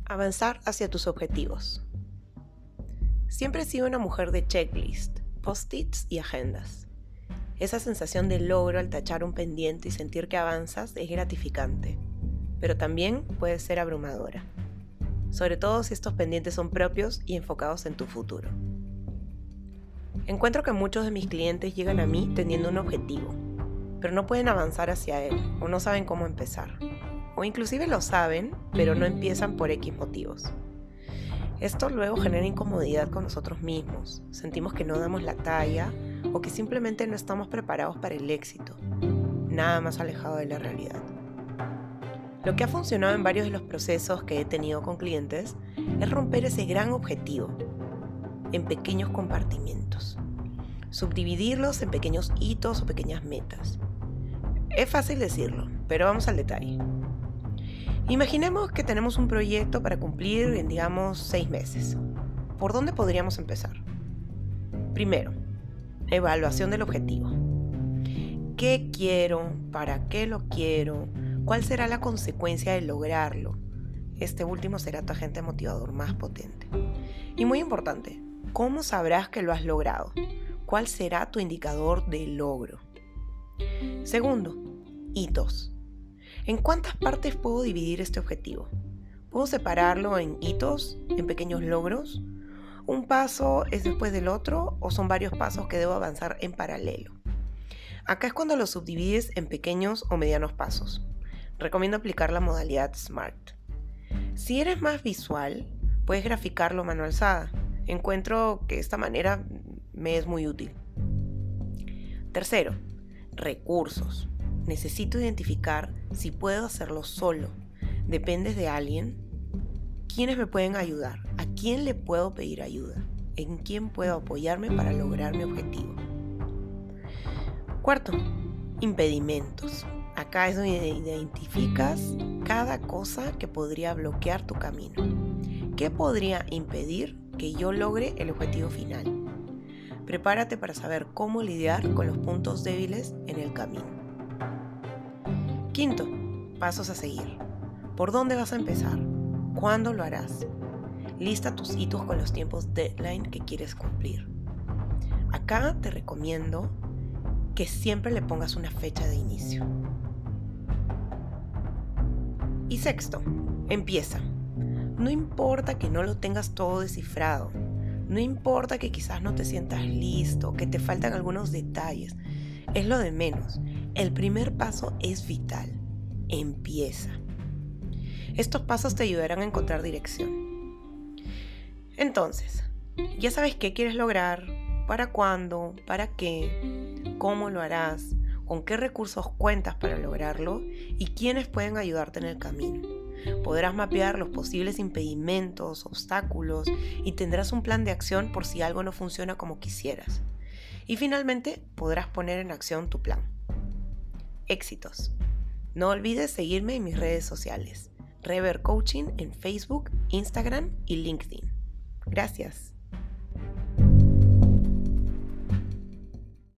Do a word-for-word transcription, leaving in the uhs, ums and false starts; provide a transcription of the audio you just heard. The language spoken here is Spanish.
Avanzar hacia tus objetivos. Siempre he sido una mujer de checklist, post-its y agendas. Esa sensación de logro al tachar un pendiente y sentir que avanzas es gratificante, pero también puede ser abrumadora, sobre todo si estos pendientes son propios y enfocados en tu futuro. Encuentro que muchos de mis clientes llegan a mí teniendo un objetivo, pero no pueden avanzar hacia él o no saben cómo empezar. O inclusive lo saben, pero no empiezan por X motivos. Esto luego genera incomodidad con nosotros mismos, sentimos que no damos la talla o que simplemente no estamos preparados para el éxito, nada más alejado de la realidad. Lo que ha funcionado en varios de los procesos que he tenido con clientes es romper ese gran objetivo en pequeños compartimentos, subdividirlos en pequeños hitos o pequeñas metas. Es fácil decirlo, pero vamos al detalle. Imaginemos que tenemos un proyecto para cumplir en, digamos, seis meses. ¿Por dónde podríamos empezar? Primero, evaluación del objetivo. ¿Qué quiero? ¿Para qué lo quiero? ¿Cuál será la consecuencia de lograrlo? Este último será tu agente motivador más potente. Y muy importante, ¿cómo sabrás que lo has logrado? ¿Cuál será tu indicador de logro? Segundo, hitos. ¿En cuántas partes puedo dividir este objetivo? ¿Puedo separarlo en hitos, en pequeños logros? ¿Un paso es después del otro o son varios pasos que debo avanzar en paralelo? Acá es cuando lo subdivides en pequeños o medianos pasos. Recomiendo aplicar la modalidad SMART. Si eres más visual, puedes graficarlo a mano alzada. Encuentro que de esta manera me es muy útil. Tercero, recursos. Necesito identificar si puedo hacerlo solo. ¿Dependes de alguien? ¿Quiénes me pueden ayudar? ¿A quién le puedo pedir ayuda? ¿En quién puedo apoyarme para lograr mi objetivo? Cuarto, impedimentos. Acá es donde identificas cada cosa que podría bloquear tu camino. ¿Qué podría impedir que yo logre el objetivo final? Prepárate para saber cómo lidiar con los puntos débiles en el camino. Quinto, pasos a seguir. ¿Por dónde vas a empezar? ¿Cuándo lo harás? Lista tus hitos con los tiempos deadline que quieres cumplir. Acá te recomiendo que siempre le pongas una fecha de inicio. Y sexto, empieza. No importa que no lo tengas todo descifrado. No importa que quizás no te sientas listo, que te faltan algunos detalles. Es lo de menos. El primer paso es vital. Empieza. Estos pasos te ayudarán a encontrar dirección. Entonces, ya sabes qué quieres lograr, para cuándo, para qué, cómo lo harás, con qué recursos cuentas para lograrlo y quiénes pueden ayudarte en el camino. Podrás mapear los posibles impedimentos, obstáculos y tendrás un plan de acción por si algo no funciona como quisieras. Y finalmente podrás poner en acción tu plan. Éxitos. No olvides seguirme en mis redes sociales. Rever Coaching en Facebook, Instagram y LinkedIn. Gracias.